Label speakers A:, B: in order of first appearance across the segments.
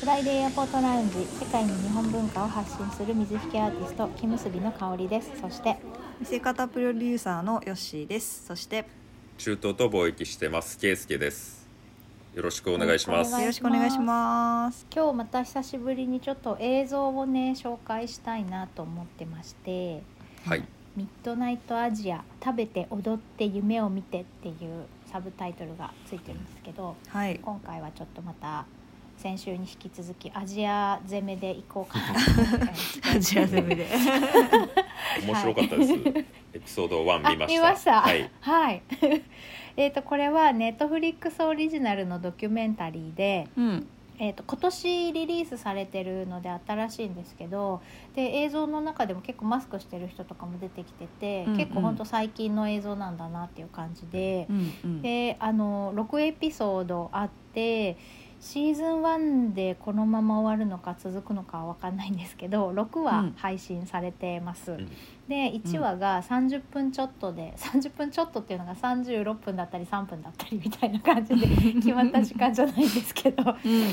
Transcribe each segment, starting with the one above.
A: ライデーエアポートラウンジ、世界に日本文化を発信する水引アーティスト木結びの香りです。そして
B: 見せ方プロデューサーのヨッシーです。そして
C: 中東と貿易してますケイスケです。よろしくお願いします。
B: よろしくお願いします。
A: 今日また久しぶりにちょっと映像をね紹介したいなと思ってまして、
C: はい、
A: ミッドナイトアジア食べて踊って夢を見てっていうサブタイトルがついてるんですけど、
B: はい、
A: 今回はちょっとまた先週に引き続きアジア攻めでいこうかな
B: アジア攻めで
C: 面白かったです、はい、エピソード1見ました。
A: はい、はい、これはネットフリックスオリジナルのドキュメンタリーで、今年リリースされてるので新しいんですけど、で映像の中でも結構マスクしてる人とかも出てきてて、結構ほんと最近の映像なんだなっていう感じで、で6エピソードあって、シーズン1でこのまま終わるのか続くのかは分かんないんですけど、6話配信されてます、で1話が30分ちょっとで、30分ちょっとっていうのが36分だったり3分だったりみたいな感じで決まった時間じゃないんですけどはい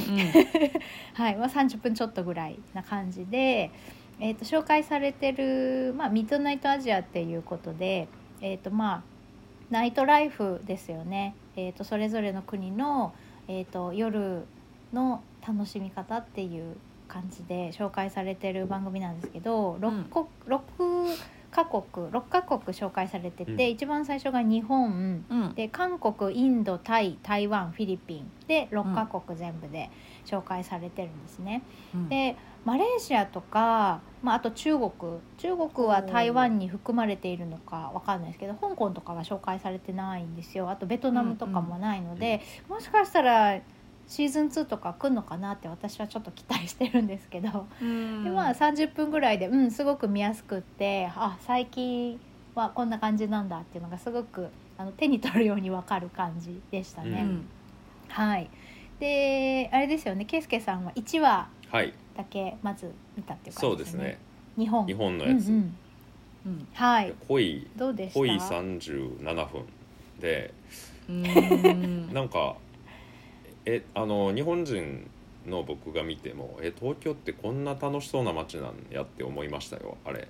A: 、30分ちょっとぐらいな感じで、紹介されてる、ミッドナイトアジアっていうことで、ナイトライフですよね。それぞれの国の夜の楽しみ方っていう感じで紹介されてる番組なんですけど、6カ国紹介されてて、一番最初が日本、で韓国、インド、タイ、台湾、フィリピンで6カ国全部で紹介されてるんですね、でマレーシアとか、あと中国は台湾に含まれているのかわかんないですけど、香港とかは紹介されてないんですよ。あとベトナムとかもないので、もしかしたらシーズン2とか来るのかなって私はちょっと期待してるんですけど、で30分ぐらいですごく見やすくって、最近はこんな感じなんだっていうのがすごく手に取るように分かる感じでしたね、はい。であれですよね、ケイスケさんは1話だけまず見たっていう感じですね。そうですね、日本
C: のやつ、
A: はい、
C: どうでした？濃い37分でなんか日本人の僕が見ても東京ってこんな楽しそうな街なんやって思いましたよ、あれ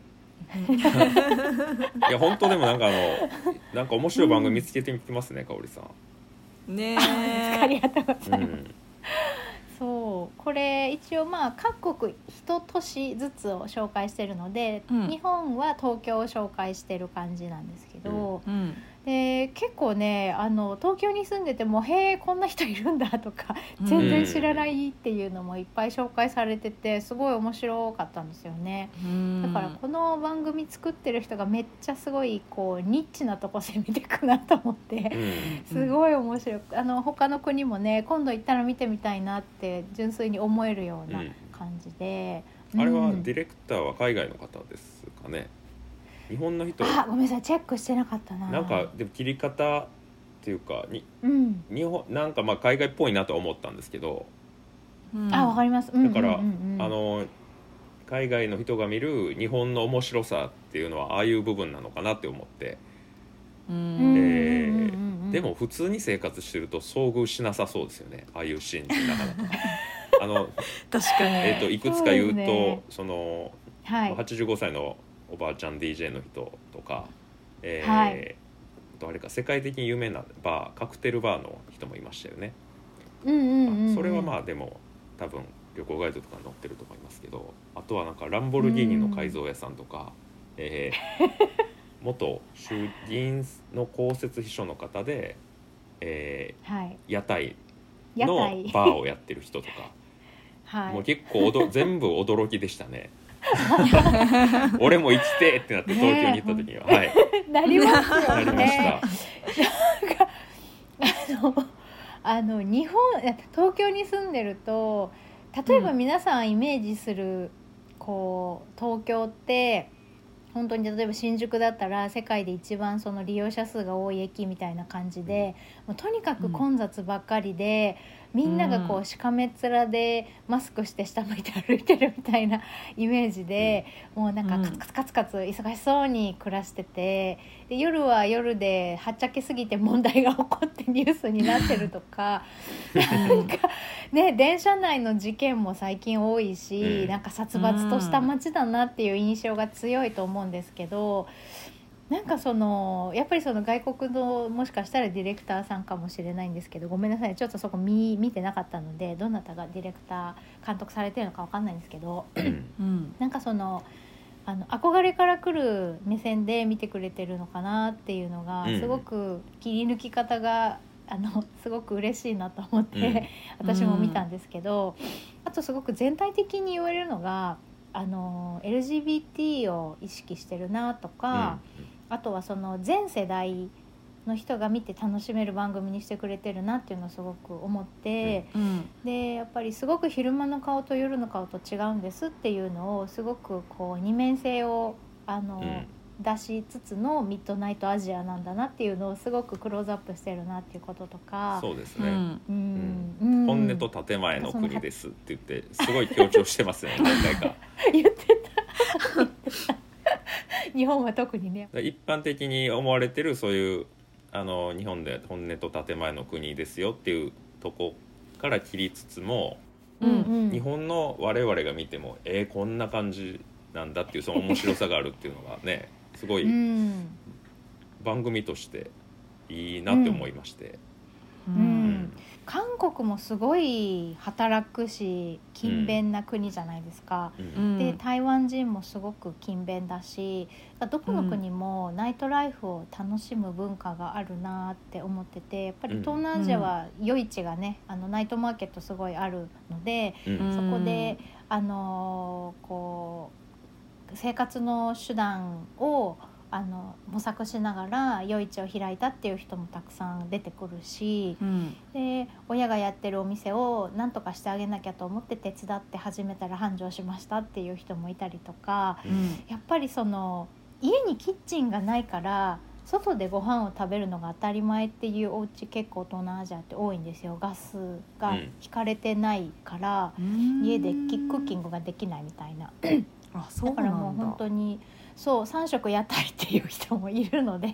C: いや本当でもなんか面白い番組見つけてみてますね、香織さん
A: ね。ありがとうございます、そうこれ一応各国一都市ずつを紹介してるので、日本は東京を紹介してる感じなんですけど、で結構ね東京に住んでてもへえこんな人いるんだとか全然知らないっていうのもいっぱい紹介されてて、すごい面白かったんですよね。だからこの番組作ってる人がめっちゃすごいこうニッチなとこ攻めていくなと思って、すごい面白く他の国もね今度行ったら見てみたいなって純粋に思えるような感じで、
C: あれはディレクターは海外の方ですかね？日本の人。
A: ごめんなさい、チェックしてなかったな。
C: なんかでも切り方っていうか日本なんか海外っぽいなと思ったんですけど、
A: わかります。
C: だから、海外の人が見る日本の面白さっていうのはああいう部分なのかなって思って、でも普通に生活してると遭遇しなさそうですよね、ああいうシーンってなかなか
B: 確かに、
C: いくつか言うと85歳のおばあちゃん DJ の人とか、あれか世界的に有名なカクテルバーの人もいましたよね。それはでも多分旅行ガイドとかに載ってると思いますけど、あとはなんかランボルギーニの改造屋さんとか、元衆議院の公設秘書の方で、屋台のバーをやってる人とか、もう結構全部驚きでしたね俺も行きてってなって東京に行った時には、
A: なりますよね。
C: なりました。
A: 日本東京に住んでると、例えば皆さんイメージするこう東京って本当に例えば新宿だったら世界で一番その利用者数が多い駅みたいな感じで、もうとにかく混雑ばっかりで、 みんながこうしかめっ面でマスクして下向いて歩いてるみたいなイメージで、もうなんかカツカツカツカツ忙しそうに暮らしてて、で夜は夜ではっちゃけすぎて問題が起こってニュースになってるとかなんかね、電車内の事件も最近多いし、なんか殺伐とした街だなっていう印象が強いと思うんですけど、なんかやっぱりその外国のもしかしたらディレクターさんかもしれないんですけど、ごめんなさいちょっとそこ見てなかったのでどなたがディレクター監督されてるのか分かんないんですけどなんか憧れから来る目線で見てくれてるのかなっていうのがすごく切り抜き方がすごく嬉しいなと思って私も見たんですけど、あとすごく全体的に言われるのがLGBT を意識してるなとか、あとはその全世代の人が見て楽しめる番組にしてくれてるなっていうのをすごく思って、でやっぱりすごく昼間の顔と夜の顔と違うんですっていうのをすごくこう二面性を出しつつのミッドナイトアジアなんだなっていうのをすごくクローズアップしてるなっていうこととか。
C: そうですね、本音と建前の国ですって言ってすごい強調してますよね何回か
A: 言ってた日本は特にね、
C: 一般的に思われてるそういう日本で本音と建前の国ですよっていうとこから切りつつも、日本の我々が見てもこんな感じなんだっていうその面白さがあるっていうのがねすごい番組としていいなって思いまして、
A: 韓国もすごい働くし勤勉な国じゃないですか、で台湾人もすごく勤勉だし、どこの国もナイトライフを楽しむ文化があるなって思ってて、やっぱり東南アジアは夜市がねナイトマーケットすごいあるので、そこでこう生活の手段を模索しながら夜市を開いたっていう人もたくさん出てくるし、で親がやってるお店を何とかしてあげなきゃと思って手伝って始めたら繁盛しましたっていう人もいたりとか、やっぱり家にキッチンがないから外でご飯を食べるのが当たり前っていうお家結構東南アジアって多いんですよ。ガスが引かれてないから、家でクッキングができないみたいな
B: あ、そうなんだ。
A: だからもう本当にそう3食屋台っていう人もいるので、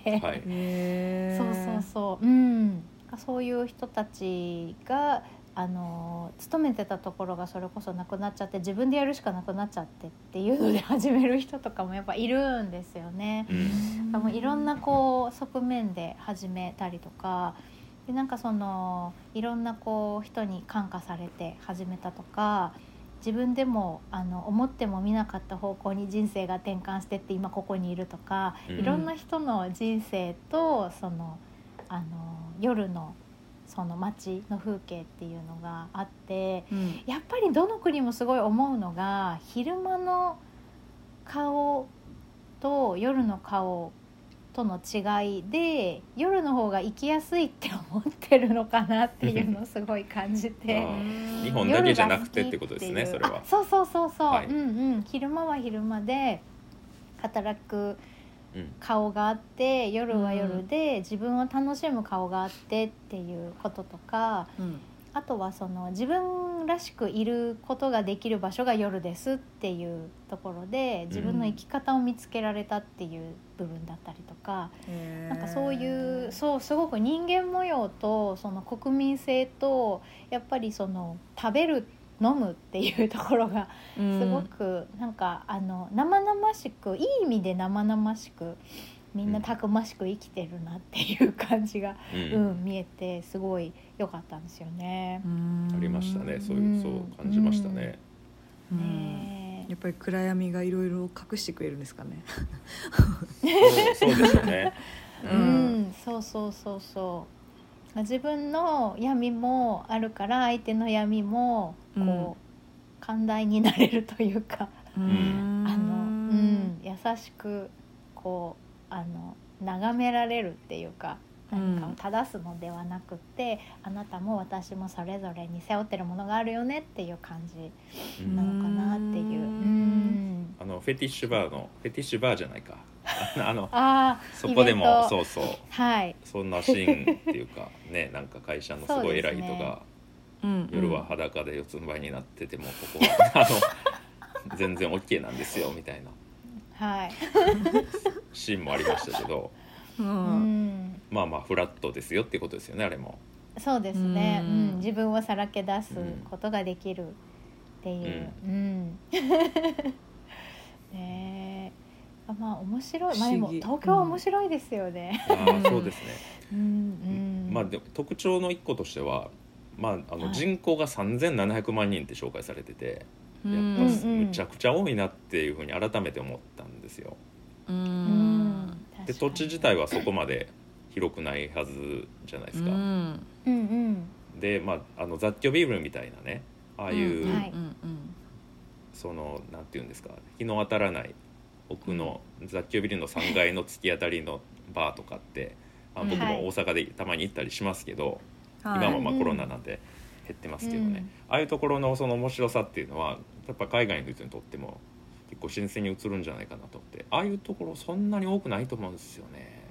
A: そういう人たちが勤めてたところがそれこそなくなっちゃって自分でやるしかなくなっちゃってっていうので始める人とかもやっぱいるんですよね。もういろんな側面で始めたりとかで、なんかいろんな人に感化されて始めたとか、自分でも思っても見なかった方向に人生が転換してって今ここにいるとか、いろんな人の人生と夜の街の風景っていうのがあって、やっぱりどの国もすごい思うのが昼間の顔と夜の顔との違いで、夜の方が生きやすいって思ってるのかなっていうのをすごい感じて
C: 日本だけじゃなくてってことですね。それは
A: そう、はい、昼間は昼間で働く顔があって、夜は夜で自分を楽しむ顔があってっていうこととか、あとは自分らしくいることができる場所が夜ですっていうところで自分の生き方を見つけられたっていう部分だったりとか、なんかそういうすごく人間模様と国民性とやっぱり食べる飲むっていうところがすごくなんか生々しく、いい意味で生々しくみんなたくましく生きてるなっていう感じが、見えてすごい良かったんですよね。
C: ありましたね。そう感じましたね。
B: やっぱり暗闇がいろいろ隠してくれるんですかね。
C: そうでしょうね。
A: そう自分の闇もあるから相手の闇も寛大になれるというか、優しく眺められるっていうか、何かを正すのではなくて、あなたも私もそれぞれに背負ってるものがあるよねっていう感じなのかなっていう、
C: フェティッシュバーじゃないかそこでもはい、そんなシーンっていうかね、なんか会社のすごい偉い人が夜は裸で四つん這いになっててもここは全然 OK なんですよみたいな、はい、シーンもありましたけど、まあまあフラットですよっていうことですよね、あれも。
A: そうですね、自分をさらけ出すことができるっていう、ね、まあ面白い、まあ、でも東京は面白いですよね、
C: そうですね、まあ、でも特徴の一個としては、まあ、人口が3700万人って紹介されてて、やっぱむちゃくちゃ多いなっていうふうに改めて思ったんですよ。で土地自体はそこまで広くないはずじゃないですか。で、まあ、雑居ビルみたいなね、ああいう、そのなんていうんですか、日の当たらない奥の雑居ビルの3階の突き当たりのバーとかって僕も大阪でたまに行ったりしますけど、今もまあコロナなんで減ってますけどね、ああいうところのその面白さっていうのはやっぱ海外の人にとっても結構新鮮に映るんじゃないかなと思って、ああいうところそんなに多くないと思うんですよね。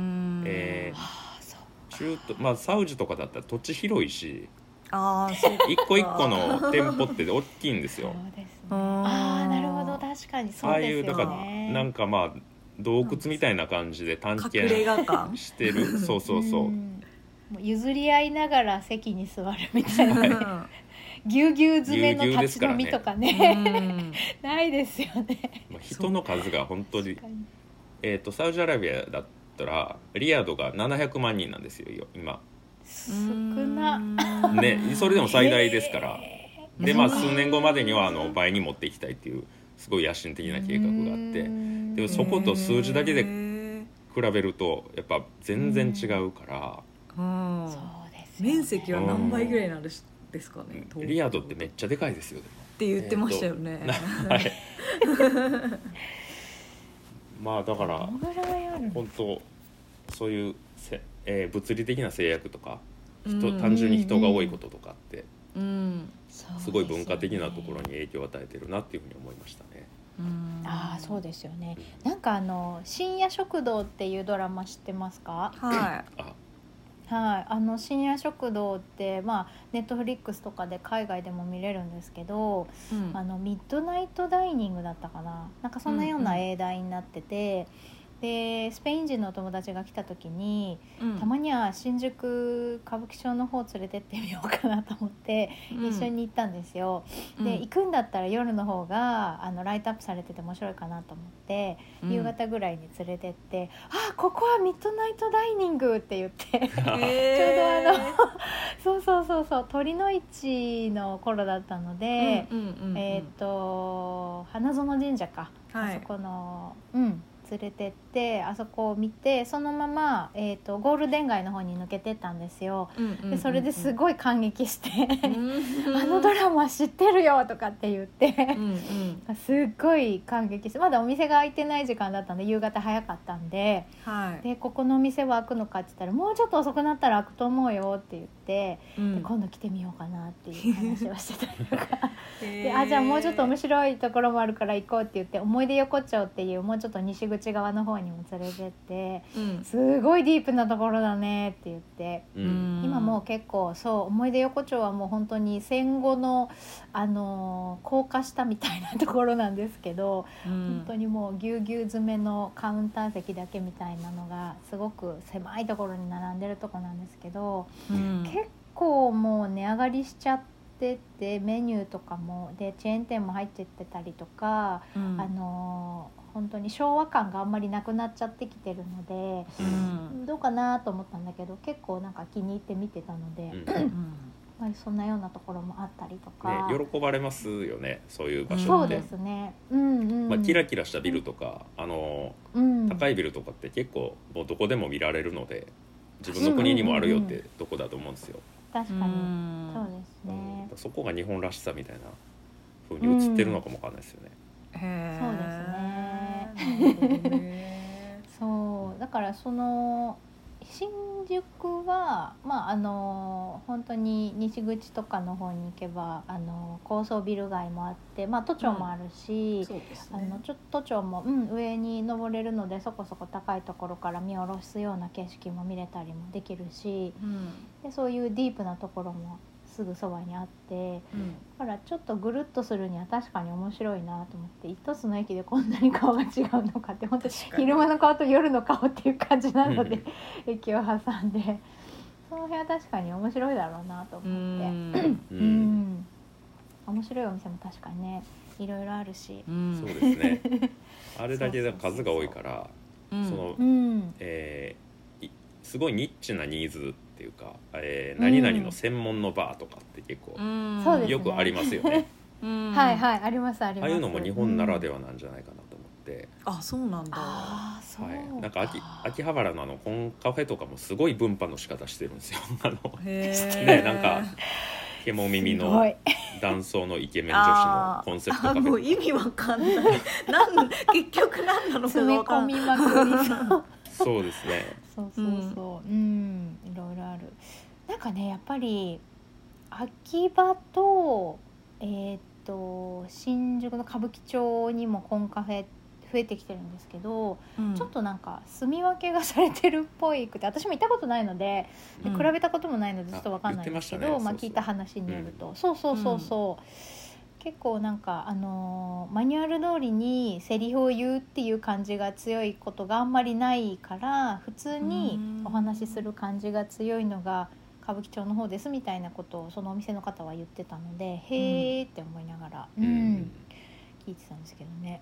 C: まあ、サウジとかだったら土地広いし、一個一個の店舗って大きいんですよ。
A: そうですね、なるほど、確かにそうですよね。ああいうだから
C: なんかまあ洞窟みたいな感じで探検してるそうそうそう、
A: もう譲り合いながら席に座るみたいなねぎゅうぎゅう詰めの立ち飲みとかねないですよね、
C: まあ、人の数が本当にサウジアラビアだったらリヤドが700万人なんですよ今。
A: 少な、
C: ね、それでも最大ですから、でまあ数年後までには倍に持っていきたいっていうすごい野心的な計画があって、でもそこと数字だけで比べるとやっぱ全然違うから、
B: そうですね、面積は何倍ぐらいなんですかね、
C: リヤドってめっちゃでかいですよ。
B: って言ってましたよね、
C: はいまあだから本当そういう物理的な制約とか単純に人が多いこととかってすごい文化的なところに影響を与えてるなっていうふうに思いましたね。
A: そうですよね。なんか深夜食堂っていうドラマ知ってますか？はい、深夜食堂って、まあ、ネットフリックスとかで海外でも見れるんですけど、ミッドナイトダイニングだったかな、なんかそんなような英題になってて、でスペイン人のお友達が来た時に、たまには新宿歌舞伎町の方連れてってみようかなと思って、一緒に行ったんですよ。で行くんだったら夜の方がライトアップされてて面白いかなと思って、夕方ぐらいに連れてってここはミッドナイトダイニングって言ってちょうどそう鳥の市の頃だったので、花園神社か、あそこの連れてってあそこを見て、そのまま、ゴールデン街の方に抜けてったんですよ。でそれですごい感激してあのドラマ知ってるよとかって言ってすっごい感激して、まだお店が開いてない時間だったんで夕方早かったんで、でここのお店は開くのかって言ったらもうちょっと遅くなったら開くと思うよって言って、で今度来てみようかなっていう話をしてたりとかでじゃあもうちょっと面白いところもあるから行こうって言って、思い出横丁っていうもうちょっと西口側の方にも連れてって、すごいディープなところだねって言って、今もう結構そう思い出横丁はもう本当に戦後の高架下みたいなところなんですけど、本当にもうぎゅうぎゅう詰めのカウンター席だけみたいなのがすごく狭いところに並んでるとこなんですけど、結構もう値上がりしちゃってて、メニューとかもでチェーン店も入ってってたりとか、本当に昭和感があんまりなくなっちゃってきてるので、どうかなと思ったんだけど結構なんか気に入って見てたので、そんなようなところもあったりとか、
C: 喜ばれますよね、そういう場所って。
A: そうですね、
C: キラキラしたビルとか、高いビルとかって結構もうどこでも見られるので、自分の国にもあるよってとこだと思うんですよ。
A: 確かにそうですね、
C: そこが日本らしさみたいな風に映ってるのかもわかんないですよね。
A: そうですねそうだからその新宿は本当に西口とかの方に行けば高層ビル街もあって、都庁もあるし、都庁も、上に登れるのでそこそこ高いところから見下ろすような景色も見れたりもできるし、でそういうディープなところもすぐそばにあって、だからちょっとぐるっとするには確かに面白いなと思って、一つの駅でこんなに顔が違うのかって、本当に昼間の顔と夜の顔っていう感じなので駅を挟んで、その辺は確かに面白いだろうなと思って面白いお店も確かにねいろいろあるし、
C: そうですねあれだけで数が多いからすごいニッチなニーズっていうか、何々の専門のバーとかって結構よくありますよね。
A: はいはいありますあります。
C: ああいうのも日本ならではなんじゃないかなと思って。
B: あ、そうなんだ。
A: あ、そうか。
C: はい、なんか秋葉原のコンカフェとかもすごい分派の仕方してるんですよね、なんか獣耳の男装のイケメン女子のコンセプトカフェ。
B: もう意味わかんない結局何なのか
A: 詰め込みまくり
C: そうですね。
A: そうそうそう、いろいろある。なんかねやっぱり秋葉と新宿の歌舞伎町にもコンカフェ増えてきてるんですけど、ちょっとなんか住み分けがされてるっぽいくて、私も行ったことないので、比べたこともないのでちょっと分かんないんですけど、聞いた話によると、そう、結構なんかマニュアル通りにセリフを言うっていう感じが強いことがあんまりないから、普通にお話しする感じが強いのが歌舞伎町の方ですみたいなことをそのお店の方は言ってたので、へーって思いながら、聞いてたんですけどね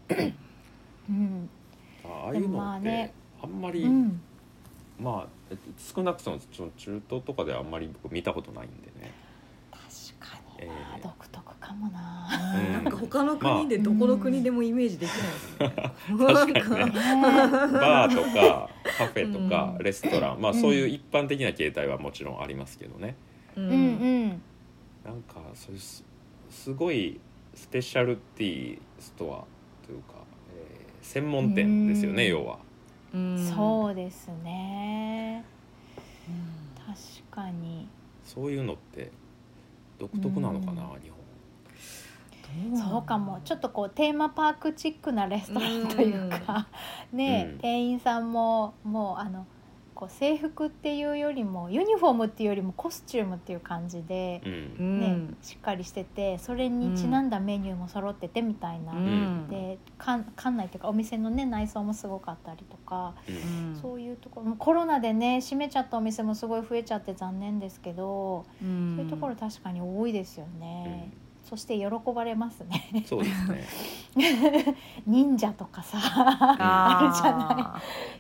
C: ああいうのってあんまり、まあ少なくとも中東とかではあんまり僕見たことないんでね。
A: 確かに、独特かもな、
B: なんか他の国でどこの国でもイメージできないですね、
C: 確かにねバーとかカフェとかレストラン、そういう一般的な形態はもちろんありますけどね、なんかそういうすごいスペシャルティーストアというか、専門店ですよね、要は。
A: そうですね、確かに
C: そういうのって独特なのかな、日
A: 本。そうかも。ちょっとこうテーマパークチックなレストランというかね、店員さんももうこう制服っていうよりもユニフォームっていうよりもコスチュームっていう感じで、しっかりしてて、それにちなんだメニューも揃っててみたいな、で館内というかお店のね内装もすごかったりとか、そういうところ、コロナでね閉めちゃったお店もすごい増えちゃって残念ですけど、そういうところ確かに多いですよね。そして喜ばれますね。
C: そうですね。
A: 忍者とかさ、あるじゃない。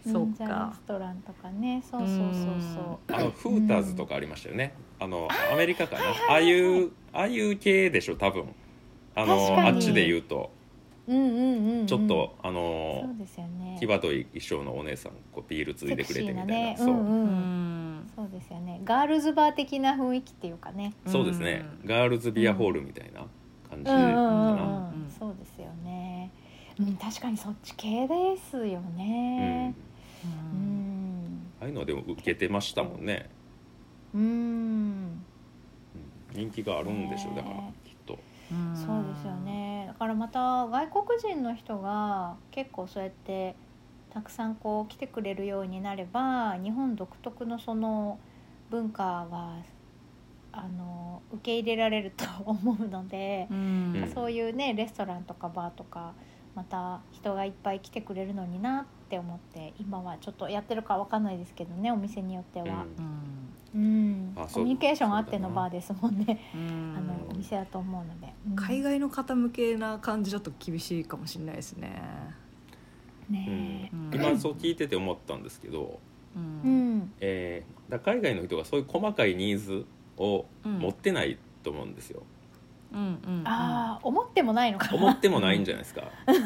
A: 忍者レストランとかね、そう。
C: フーターズとかありましたよね。アメリカかな。ああいう系でしょ多分。あっちで言うと。ちょっと
A: そうですよね。
C: 際どい衣装のお姉さんこうビールついでくれてみたいな、
A: そうですよね。ガールズバー的な雰囲気っていうかね。
C: そうですね。ガールズビアホールみたいな感じかな。
A: そうですよね。確かにそっち系ですよね。
C: ああいうのはでも受けてましたもんね。人気があるんでしょう、だからきっと。
A: そうですよね。だからまた外国人の人が結構そうやってたくさんこう来てくれるようになれば、日本独特のその文化は受け入れられると思うので、そういうねレストランとかバーとかまた人がいっぱい来てくれるのになって思って、今はちょっとやってるかわかんないですけどね、お店によっては。コミュニケーションあってのバーですもんね、お店だと思うので、
B: 海外の方向けな感じだと厳しいかもしれないですね。
C: 今そう聞いてて思ったんですけど、だ海外の人がそういう細かいニーズを持ってないと思うんですよ。
A: 思ってもないのかな。
C: 思ってもないんじゃないですか。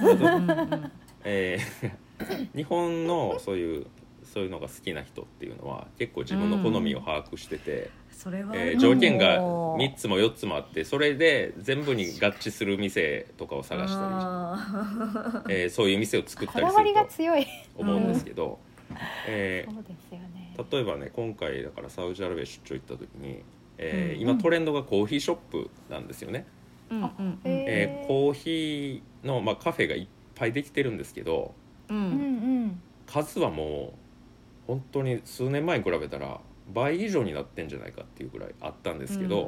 C: 日本のそういうのが好きな人っていうのは結構自分の好みを把握してて、条件が3つも4つもあって、それで全部に合致する店とかを探したり、そういう店を作ったりすると思うんですけど、例えばね、今回だからサウジアラビア出張行った時に、今トレンドがコーヒーショップなんですよね。コーヒーの、カフェがいっぱいできてるんですけど、数はもう本当に数年前に比べたら倍以上になってんじゃないかっていうぐらいあったんですけど、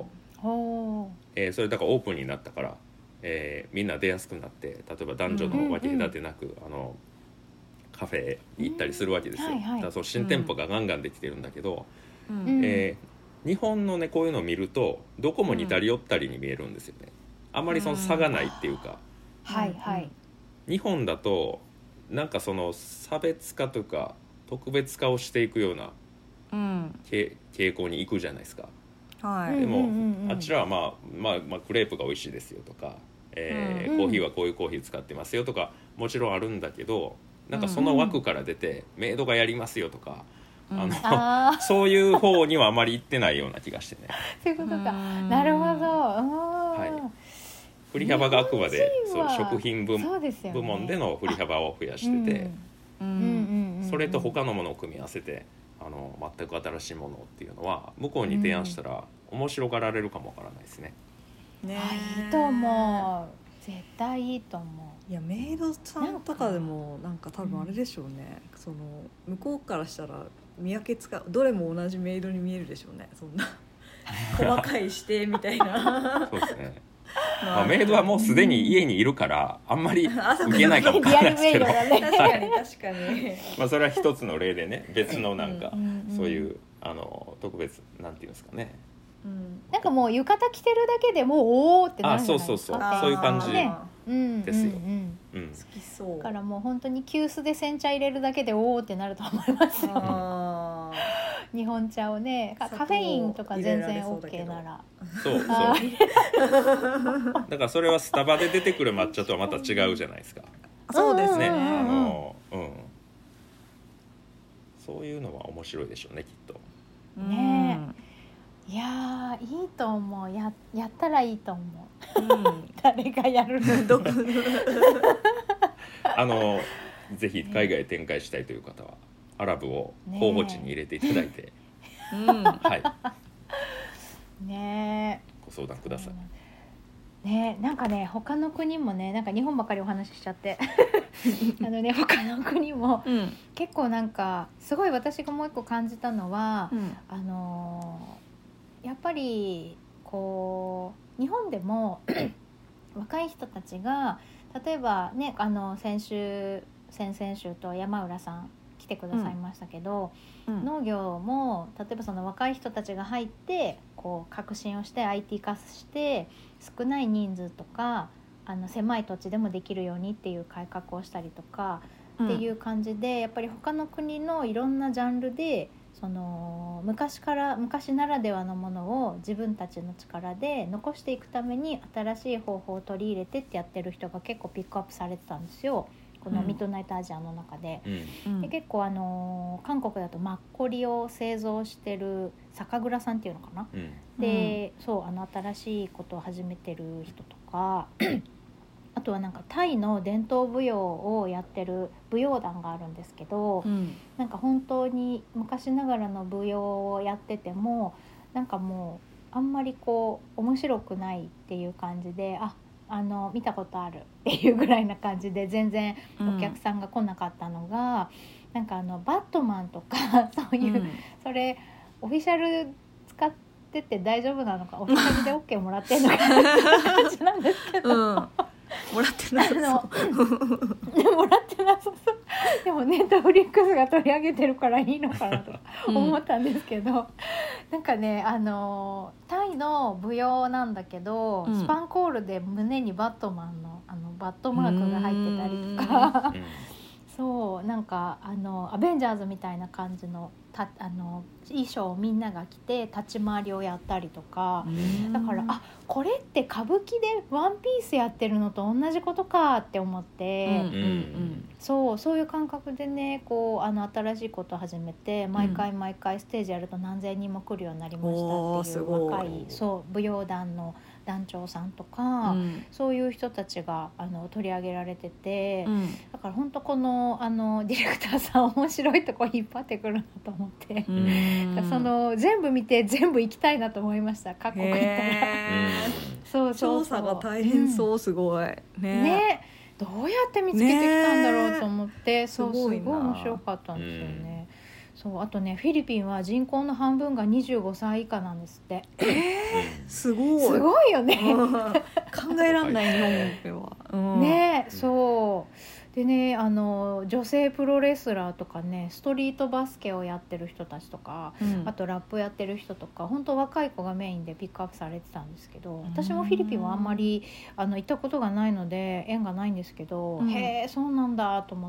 C: それだからオープンになったから、みんな出やすくなって、例えば男女の分け隔てなく、カフェに行ったりするわけですよ、だからその新店舗がガンガンできてるんだけど、日本のねこういうのを見るとどこも似たり寄ったりに見えるんですよね。あんまりその差がないっていうか、日本だとなんかその差別化とか特別化をしていくような、傾向に行くじゃないですか。でも、あちらはまあクレープが美味しいですよとか、コーヒーはこういうコーヒー使ってますよとかもちろんあるんだけど、なんかその枠から出て、メイドがやりますよとか、そういう方にはあまり行ってないような気がしてね。
A: そういうことか。なるほど。
C: 振り幅があくまでそう食品部門での振り幅を増やしてて、それと他のものを組み合わせて全く新しいものっていうのは向こうに提案したら面白がられるかもわからないですね。
A: いいと思う。絶対いいと思う。
B: いやメイドさんとかでもなんか多分あれでしょうね、その向こうからしたら見分けつかどれも同じメイドに見えるでしょうね、そんな細かい指定みたいな
C: そうですね。メイドはもうすでに家にいるからあんまり受けないかもわからないですけど、
B: 確かに
C: それは一つの例でね、別のなんかそういう特別なんていうんですかね、
A: なんかもう浴衣着てるだけでもうおーってなるじゃないですか。
C: そういう感じですよ。
B: 好きそう。
A: だからもう本当に急須で煎茶入れるだけでおーってなると思いますよ。日本茶をね、カフェインとか全然 OK なら。
C: そうだからそれはスタバで出てくる抹茶とはまた違うじゃないですか。
B: そうですね。
C: そういうのは面白いでしょうね、きっと。
A: ねえ、いやいいと思う。やったらいいと思う。誰がやるの？どこ？
C: ぜひ海外展開したいという方はアラブを候補地に入れていただいて、
A: ねえ、
C: ご相談ください。
A: ね、なんかね他の国もね、なんか日本ばかりお話ししちゃって他の国も、結構なんかすごい私がもう一個感じたのは、やっぱりこう日本でも若い人たちが例えばね、先々週と山浦さん来てくださいましたけど、農業も例えばその若い人たちが入ってこう革新をして IT 化して少ない人数とか狭い土地でもできるようにっていう改革をしたりとかっていう感じで、やっぱり他の国のいろんなジャンルでその昔ならではのものを自分たちの力で残していくために新しい方法を取り入れてってやってる人が結構ピックアップされてたんですよ、このミッドナイトアジアの中で。で結構韓国だとマッコリを製造してる酒蔵さんっていうのかな、でそう新しいことを始めてる人とかあとはなんかタイの伝統舞踊をやってる舞踊団があるんですけど、なんか本当に昔ながらの舞踊をやっててもなんかもうあんまりこう面白くないっていう感じで、見たことあるっていうぐらいな感じで全然お客さんが来なかったのが、なんかバットマンとかそういう、それオフィシャル使ってて大丈夫なのか、オフィシャルで OK もらってんのかって感じなんですけど、
B: もらってなさそう
A: もらってなさそうでもネットフリックスが取り上げてるからいいのかなと思ったんですけど、なんかねタイの舞踊なんだけど、スパンコールで胸にバットマンのバットマークが入ってたりとかそうなんかアベンジャーズみたいな感じの衣装をみんなが着て立ち回りをやったりとか、だからこれって歌舞伎でワンピースやってるのと同じことかって思って、そういう感覚でねこう新しいことを始めて毎回ステージやると何千人も来るようになりましたっていう若い舞踊団の団長さんとか、そういう人たちが取り上げられてて、だから本当このディレクターさん面白いとこ引っ張ってくるなと思って、その全部見て全部行きたいなと思いました。各国行ったら
B: 調査が大変そう、すごい
A: ね、どうやって見つけてきたんだろうと思って、すごい面白かったんですよね。 そうあとねフィリピンは人口の半分が25歳以下なんですって。
B: すごい
A: すごいよね
B: 考えらんない日本では、
A: ねそうでね女性プロレスラーとかねストリートバスケをやってる人たちとか、あとラップやってる人とか本当若い子がメインでピックアップされてたんですけど、私もフィリピンはあんまり行ったことがないので縁がないんですけど、へえそうなんだと思って、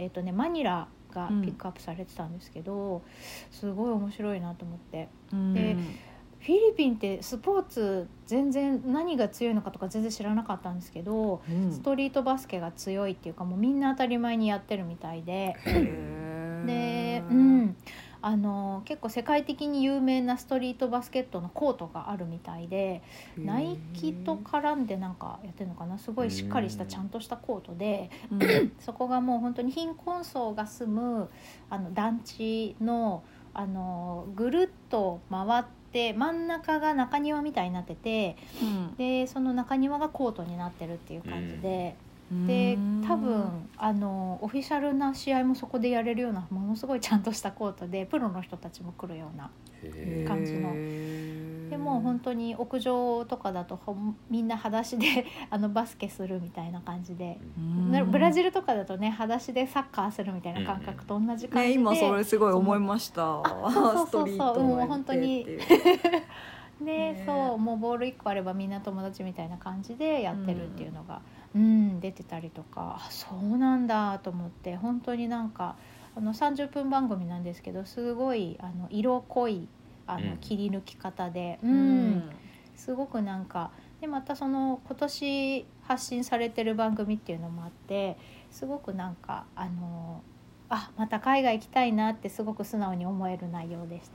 A: マニラがピックアップされてたんですけど、すごい面白いなと思って、でフィリピンってスポーツ全然何が強いのかとか全然知らなかったんですけど、ストリートバスケが強いっていうかもうみんな当たり前にやってるみたいで、で、結構世界的に有名なストリートバスケットのコートがあるみたいで、ナイキと絡んでなんかやってるのかな、すごいしっかりしたちゃんとしたコートで、そこがもう本当に貧困層が住む団地のぐるっと回ってで真ん中が中庭みたいになってて、でその中庭がコートになってるっていう感じで、で多分オフィシャルな試合もそこでやれるようなものすごいちゃんとしたコートでプロの人たちも来るような感じの、でも本当に屋上とかだとみんな裸足でバスケするみたいな感じで、ブラジルとかだとね裸足でサッカーするみたいな感覚と同じ感じで、
B: 今それすごい思いました。ストリート
A: もう本当にでそうもうボール1個あればみんな友達みたいな感じでやってるっていうのが、出てたりとか、そうなんだと思って、本当になんか30分番組なんですけどすごい色濃い切り抜き方で、すごくなんかでまたその今年発信されてる番組っていうのもあって、すごくなんかまた海外行きたいなってすごく素直に思える内容でした。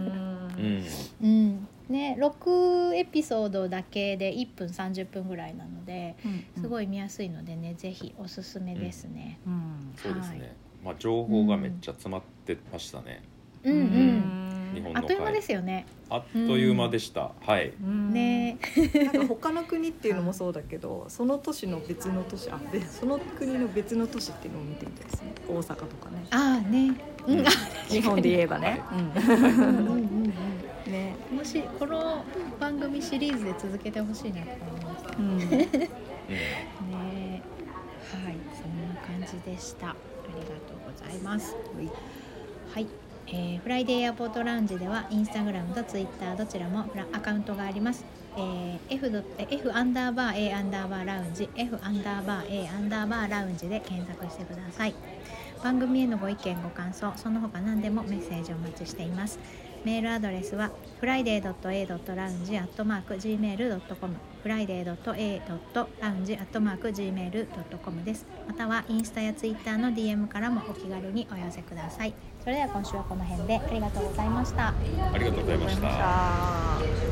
A: ね、6エピソードだけで1分30分ぐらいなので、すごい見やすいのでね、ぜひおすすめですね。
C: そうですね、情報がめっちゃ詰まってましたね。日本の
A: あっという間ですよね。
C: あっという間でした。はい
A: ね、
B: なんか他の国っていうのもそうだけど、その都市の別の都市その国の別の都市っていうのを見てみたいですね。大阪とかね。日本で言えばね。
A: ね、もしこの番組シリーズで続けてほしいなと思いました。ね、はい、そんな感じでした。ありがとうございます。はい。フライデーエアポートラウンジではインスタグラムとツイッターどちらもアカウントがあります。F_A_ラウンジ F_A_ラウンジで検索してください。番組へのご意見ご感想その他何でもメッセージをお待ちしています。メールアドレスは friday.a.lounge@gmail.com friday.a.lounge@gmail.com です。またはインスタやツイッターの DM からもお気軽にお寄せください。それでは今週はこの辺でありがとうございました。
C: ありがとうございました。